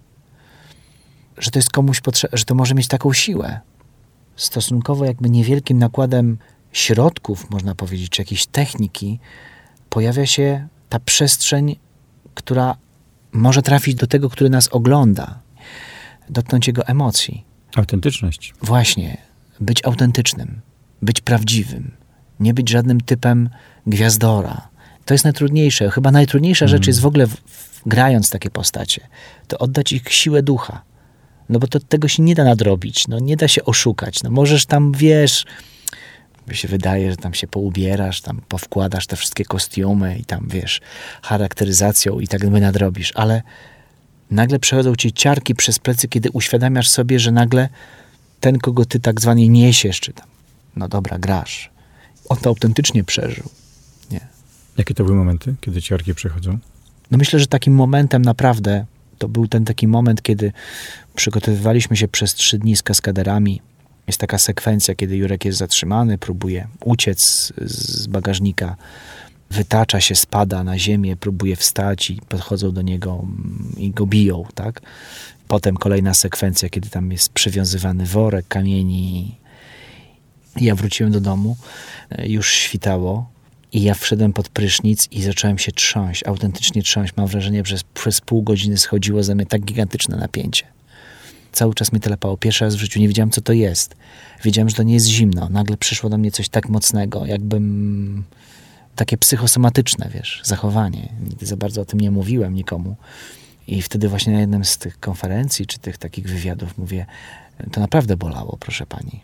Speaker 3: że to jest komuś potrzebne, że to może mieć taką siłę. Stosunkowo jakby niewielkim nakładem środków, można powiedzieć, czy jakiejś techniki, pojawia się ta przestrzeń, która może trafić do tego, który nas ogląda, dotknąć jego emocji.
Speaker 2: Autentyczność.
Speaker 3: Właśnie. Być autentycznym. Być prawdziwym. Nie być żadnym typem gwiazdora. To jest najtrudniejsze. Chyba najtrudniejsza
Speaker 2: Mhm.
Speaker 3: rzecz jest w ogóle, w, w, grając takie postacie, to oddać ich siłę ducha. No bo to, tego się nie da nadrobić. No nie da się oszukać. No możesz tam, wiesz, mi się wydaje, że tam się poubierasz, tam powkładasz te wszystkie kostiumy i tam, wiesz, charakteryzacją i tak my nadrobisz. Ale nagle przechodzą ci ciarki przez plecy, kiedy uświadamiasz sobie, że nagle ten, kogo ty tak zwanie niesiesz, czy tam, no dobra, grasz, on to autentycznie przeżył. Nie.
Speaker 2: Jakie to były momenty, kiedy ciarki przechodzą?
Speaker 3: No myślę, że takim momentem naprawdę to był ten taki moment, kiedy przygotowywaliśmy się przez trzy dni z kaskaderami. Jest taka sekwencja, kiedy Jurek jest zatrzymany, próbuje uciec z bagażnika, wytacza się, spada na ziemię, próbuje wstać i podchodzą do niego i go biją, tak? Potem kolejna sekwencja, kiedy tam jest przywiązywany worek kamieni. Ja wróciłem do domu, już świtało i ja wszedłem pod prysznic i zacząłem się trząść, autentycznie trząść. Mam wrażenie, że przez pół godziny schodziło ze mnie tak gigantyczne napięcie. Cały czas mnie telepało. Pierwszy raz w życiu nie wiedziałem, co to jest. Wiedziałem, że to nie jest zimno. Nagle przyszło do mnie coś tak mocnego, jakbym... takie psychosomatyczne, wiesz, zachowanie. Nigdy za bardzo o tym nie mówiłem nikomu. I wtedy właśnie na jednym z tych konferencji, czy tych takich wywiadów mówię, to naprawdę bolało, proszę pani.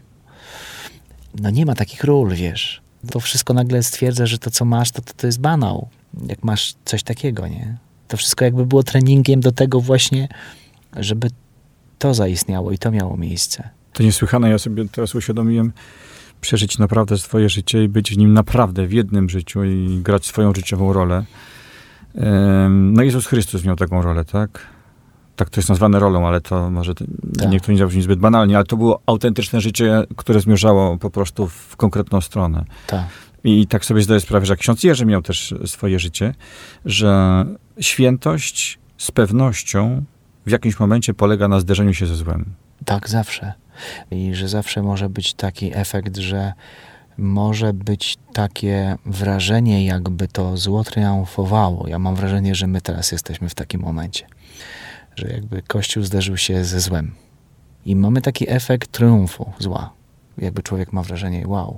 Speaker 3: No nie ma takich ról, wiesz. To wszystko nagle stwierdza, że to, co masz, to, to, to jest banał. Jak masz coś takiego, nie? To wszystko jakby było treningiem do tego właśnie, żeby to zaistniało i to miało miejsce.
Speaker 2: To niesłychane. Ja sobie teraz uświadomiłem, przeżyć naprawdę swoje życie i być w nim naprawdę w jednym życiu i grać swoją życiową rolę. No Jezus Chrystus miał taką rolę, tak? Tak to jest nazwane rolą, ale to może to
Speaker 3: Tak.
Speaker 2: niektórzy zabrzmi zbyt banalnie, ale to było autentyczne życie, które zmierzało po prostu w konkretną stronę.
Speaker 3: Tak.
Speaker 2: I tak sobie zdaję sprawę, że jak ksiądz Jerzy miał też swoje życie, że świętość z pewnością w jakimś momencie polega na zderzeniu się ze złem.
Speaker 3: Tak, zawsze. I że zawsze może być taki efekt, że może być takie wrażenie, jakby to zło triumfowało. Ja mam wrażenie, że my teraz jesteśmy w takim momencie. Że jakby Kościół zderzył się ze złem. I mamy taki efekt triumfu zła. Jakby człowiek ma wrażenie, wow.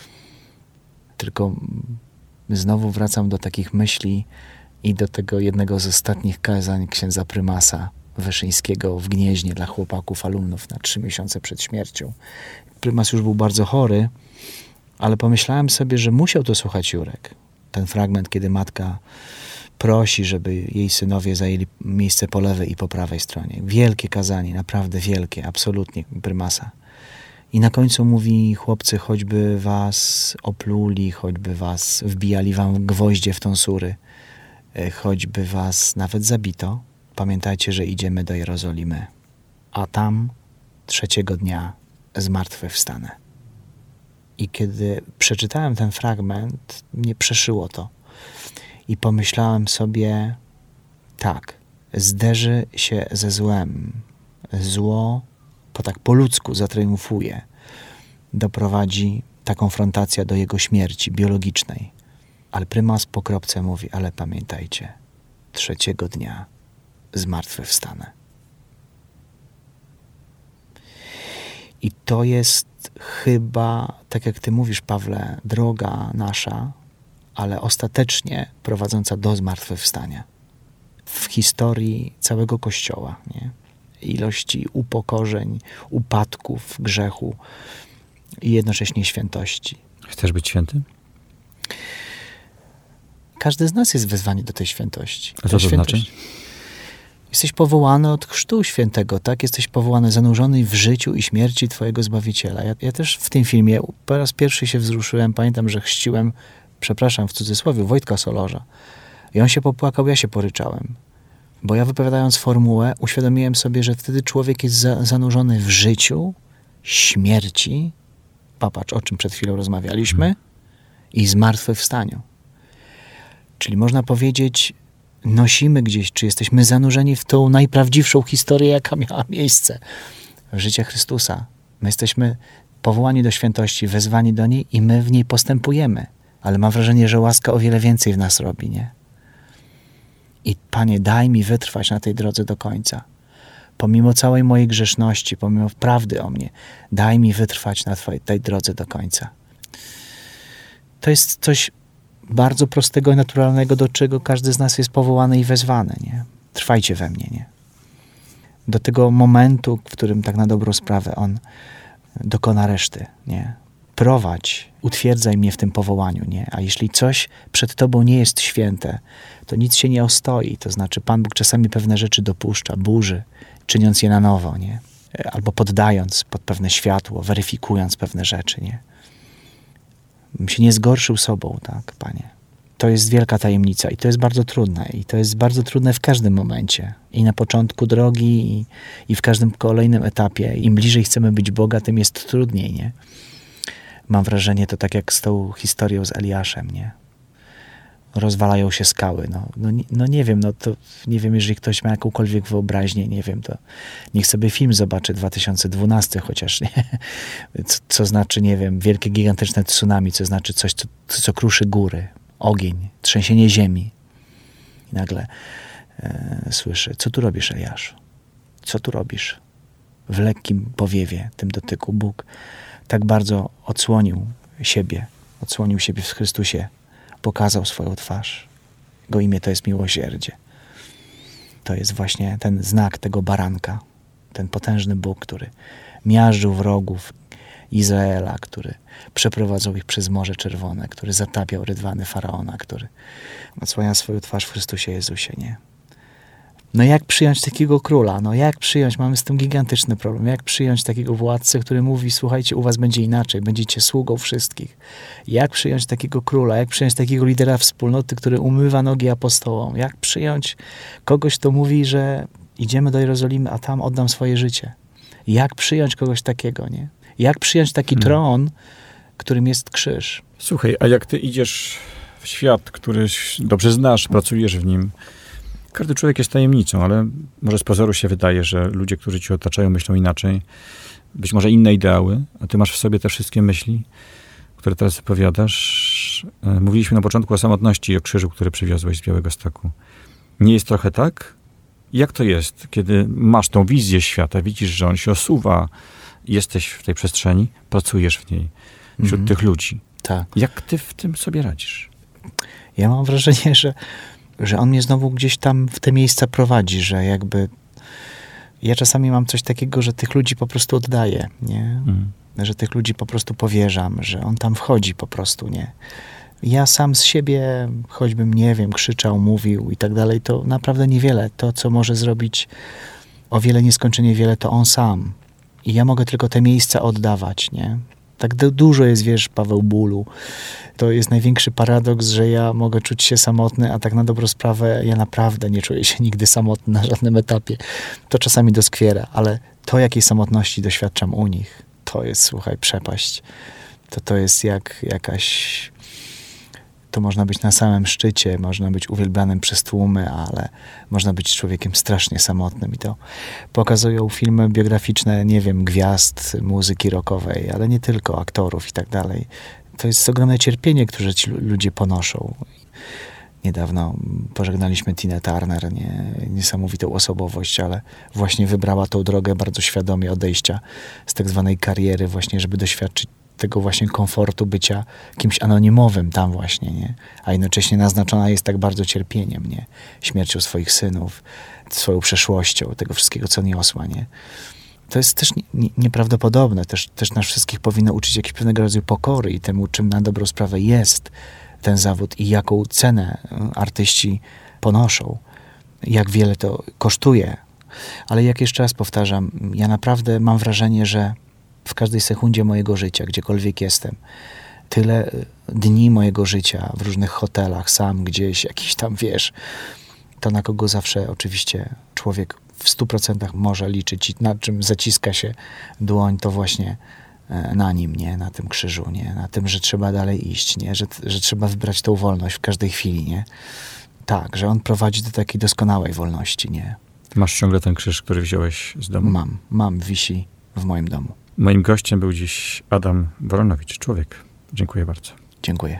Speaker 3: Tylko znowu wracam do takich myśli i do tego jednego z ostatnich kazań księdza prymasa Wyszyńskiego w Gnieźnie dla chłopaków, alumnów na trzy miesiące przed śmiercią. Prymas już był bardzo chory, ale pomyślałem sobie, że musiał to słuchać Jurek. Ten fragment, kiedy matka prosi, żeby jej synowie zajęli miejsce po lewej i po prawej stronie. Wielkie kazanie, naprawdę wielkie, absolutnie prymasa. I na końcu mówi, chłopcy, choćby was opluli, choćby was wbijali wam gwoździe w tonsury, choćby was nawet zabito, pamiętajcie, że idziemy do Jerozolimy, a tam trzeciego dnia zmartwychwstanę. I kiedy przeczytałem ten fragment, mnie przeszyło to. I pomyślałem sobie, tak, zderzy się ze złem. Zło po tak po ludzku zatriumfuje. Doprowadzi ta konfrontacja do jego śmierci biologicznej. Ale prymas po kropce mówi, ale pamiętajcie, trzeciego dnia zmartwychwstanę. I to jest chyba, tak jak ty mówisz, Pawle, droga nasza, ale ostatecznie prowadząca do zmartwychwstania. W historii całego Kościoła, nie? Ilości upokorzeń, upadków, grzechu i jednocześnie świętości.
Speaker 2: Chcesz być święty?
Speaker 3: Każdy z nas jest wezwany do tej świętości.
Speaker 2: A co to
Speaker 3: świętość...
Speaker 2: znaczy?
Speaker 3: Jesteś powołany od chrztu świętego, tak? Jesteś powołany, zanurzony w życiu i śmierci twojego Zbawiciela. Ja, ja też w tym filmie po raz pierwszy się wzruszyłem. Pamiętam, że chrzciłem, przepraszam, w cudzysłowie, Wojtka Solorza. I on się popłakał, ja się poryczałem. Bo ja wypowiadając formułę, uświadomiłem sobie, że wtedy człowiek jest za, zanurzony w życiu, śmierci, popatrz, o czym przed chwilą rozmawialiśmy, hmm. i zmartwychwstaniu. Czyli można powiedzieć, nosimy gdzieś, czy jesteśmy zanurzeni w tą najprawdziwszą historię, jaka miała miejsce w życiu Chrystusa. My jesteśmy powołani do świętości, wezwani do niej i my w niej postępujemy. Ale mam wrażenie, że łaska o wiele więcej w nas robi, nie? I Panie, daj mi wytrwać na tej drodze do końca. Pomimo całej mojej grzeszności, pomimo prawdy o mnie, daj mi wytrwać na twojej, tej drodze do końca. To jest coś bardzo prostego i naturalnego, do czego każdy z nas jest powołany i wezwany, nie? Trwajcie we mnie, nie? Do tego momentu, w którym tak na dobrą sprawę On dokona reszty, nie? Prowadź, utwierdzaj mnie w tym powołaniu, nie? A jeśli coś przed Tobą nie jest święte, to nic się nie ostoi. To znaczy Pan Bóg czasami pewne rzeczy dopuszcza, burzy, czyniąc je na nowo, nie? Albo poddając pod pewne światło, weryfikując pewne rzeczy, nie? Bym się nie zgorszył sobą, tak, Panie. To jest wielka tajemnica i to jest bardzo trudne. I to jest bardzo trudne w każdym momencie. I na początku drogi, i, i w każdym kolejnym etapie. Im bliżej chcemy być Boga, tym jest trudniej, nie? Mam wrażenie, to tak jak z tą historią z Eliaszem, nie? Rozwalają się skały. No, no, no nie wiem, no to nie wiem, jeżeli ktoś ma jakąkolwiek wyobraźnię, nie wiem, to niech sobie film zobaczy dwa tysiące dwunasty chociaż, nie? Co, co znaczy, nie wiem, wielkie, gigantyczne tsunami, co znaczy coś, co, co kruszy góry, ogień, trzęsienie ziemi. I nagle e, słyszy, co tu robisz, Eliaszu? Co tu robisz? W lekkim powiewie, tym dotyku Bóg tak bardzo odsłonił siebie, odsłonił siebie w Chrystusie, pokazał swoją twarz. Jego imię to jest miłosierdzie. To jest właśnie ten znak tego baranka, ten potężny Bóg, który miażdżył wrogów Izraela, który przeprowadzał ich przez Morze Czerwone, który zatapiał rydwany Faraona, który odsłania swoją twarz w Chrystusie Jezusie, nie? No jak przyjąć takiego króla? No jak przyjąć? Mamy z tym gigantyczny problem. Jak przyjąć takiego władcę, który mówi, słuchajcie, u was będzie inaczej, będziecie sługą wszystkich. Jak przyjąć takiego króla? Jak przyjąć takiego lidera wspólnoty, który umywa nogi apostołom? Jak przyjąć kogoś, kto mówi, że idziemy do Jerozolimy, a tam oddam swoje życie? Jak przyjąć kogoś takiego, nie? Jak przyjąć taki hmm. tron, którym jest krzyż?
Speaker 2: Słuchaj, a jak ty idziesz w świat, który dobrze znasz, pracujesz w nim, każdy człowiek jest tajemnicą, ale może z pozoru się wydaje, że ludzie, którzy cię otaczają, myślą inaczej. Być może inne ideały, a ty masz w sobie te wszystkie myśli, które teraz opowiadasz. Mówiliśmy na początku o samotności i o krzyżu, który przywiozłeś z Białegostoku. Nie jest trochę tak? Jak to jest, kiedy masz tą wizję świata, widzisz, że on się osuwa, jesteś w tej przestrzeni, pracujesz w niej, wśród mm. tych ludzi.
Speaker 3: Tak.
Speaker 2: Jak ty w tym sobie radzisz?
Speaker 3: Ja mam wrażenie, że że on mnie znowu gdzieś tam w te miejsca prowadzi, że jakby ja czasami mam coś takiego, że tych ludzi po prostu oddaję, nie? Mm. Że tych ludzi po prostu powierzam, że on tam wchodzi po prostu, nie? Ja sam z siebie, choćbym, nie wiem, krzyczał, mówił i tak dalej, to naprawdę niewiele. To, co może zrobić o wiele nieskończenie wiele, to on sam. I ja mogę tylko te miejsca oddawać, nie? Tak dużo jest, wiesz, Paweł, bólu. To jest największy paradoks, że ja mogę czuć się samotny, a tak na dobrą sprawę ja naprawdę nie czuję się nigdy samotny na żadnym etapie. To czasami doskwiera, ale to, jakiej samotności doświadczam u nich, to jest, słuchaj, przepaść. To to jest jak jakaś... To można być na samym szczycie, można być uwielbianym przez tłumy, ale można być człowiekiem strasznie samotnym. I to pokazują filmy biograficzne, nie wiem, gwiazd muzyki rockowej, ale nie tylko, aktorów i tak dalej. To jest ogromne cierpienie, które ci ludzie ponoszą. Niedawno pożegnaliśmy Tinę Turner, nie, niesamowitą osobowość, ale właśnie wybrała tą drogę bardzo świadomie odejścia z tak zwanej kariery, właśnie żeby doświadczyć tego właśnie komfortu bycia kimś anonimowym tam właśnie, nie? A jednocześnie naznaczona jest tak bardzo cierpieniem, nie? Śmiercią swoich synów, swoją przeszłością, tego wszystkiego, co niosła, nie? To jest też nie, nie, nieprawdopodobne. Też, też nas wszystkich powinno uczyć jakiegoś pewnego rodzaju pokory i temu, czym na dobrą sprawę jest ten zawód i jaką cenę artyści ponoszą. Jak wiele to kosztuje. Ale jak jeszcze raz powtarzam, ja naprawdę mam wrażenie, że w każdej sekundzie mojego życia, gdziekolwiek jestem, tyle dni mojego życia w różnych hotelach, sam gdzieś, jakiś tam, wiesz, to na kogo zawsze oczywiście człowiek w stu procentach może liczyć i na czym zaciska się dłoń, to właśnie na nim, nie? Na tym krzyżu, nie? Na tym, że trzeba dalej iść, nie? Że, że trzeba wybrać tą wolność w każdej chwili, nie? Tak, że on prowadzi do takiej doskonałej wolności, nie?
Speaker 2: Masz ciągle ten krzyż, który wziąłeś z domu?
Speaker 3: Mam, mam, wisi w moim domu.
Speaker 2: Moim gościem był dziś Adam Woronowicz, człowiek. Dziękuję bardzo.
Speaker 3: Dziękuję.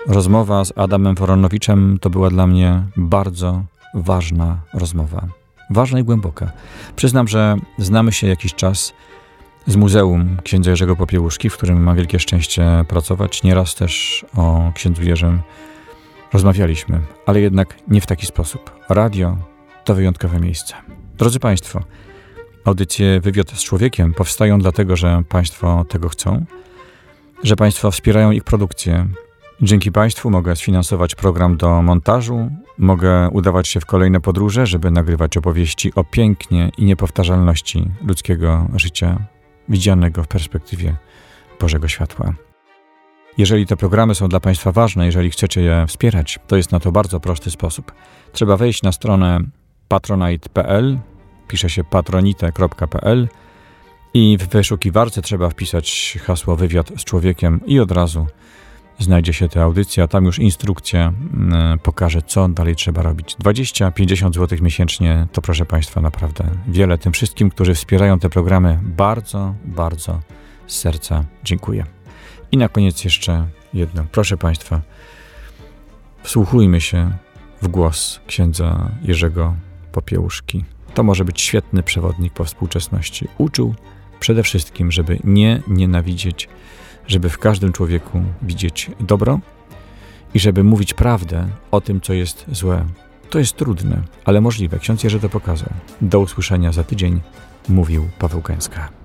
Speaker 2: Rozmowa z Adamem Woronowiczem to była dla mnie bardzo ważna rozmowa. ważna i głęboka. Przyznam, że znamy się jakiś czas z Muzeum księdza Jerzego Popiełuszki, w którym mam wielkie szczęście pracować. Nieraz też o księdzu Jerzym rozmawialiśmy, ale jednak nie w taki sposób. Radio to wyjątkowe miejsce. Drodzy Państwo, audycje Wywiad z Człowiekiem powstają dlatego, że Państwo tego chcą, że Państwo wspierają ich produkcję. Dzięki Państwu mogę sfinansować program do montażu, mogę udawać się w kolejne podróże, żeby nagrywać opowieści o pięknie i niepowtarzalności ludzkiego życia, widzianego w perspektywie Bożego Światła. Jeżeli te programy są dla Państwa ważne, jeżeli chcecie je wspierać, to jest na to bardzo prosty sposób. Trzeba wejść na stronę patronite kropka p l, pisze się patronite kropka p l i w wyszukiwarce trzeba wpisać hasło Wywiad z Człowiekiem i od razu znajdzie się ta audycja. Tam już instrukcja y, pokaże, co dalej trzeba robić. dwadzieścia pięćdziesiąt złotych miesięcznie to, proszę Państwa, naprawdę wiele. Tym wszystkim, którzy wspierają te programy, bardzo, bardzo z serca dziękuję. I na koniec jeszcze jedno. Proszę Państwa, wsłuchujmy się w głos księdza Jerzego Popiełuszki. To może być świetny przewodnik po współczesności. Uczył przede wszystkim, żeby nie nienawidzieć, żeby w każdym człowieku widzieć dobro i żeby mówić prawdę o tym, co jest złe. To jest trudne, ale możliwe. Ksiądz Jerzy to pokazał. Do usłyszenia za tydzień, mówił Paweł Gęska.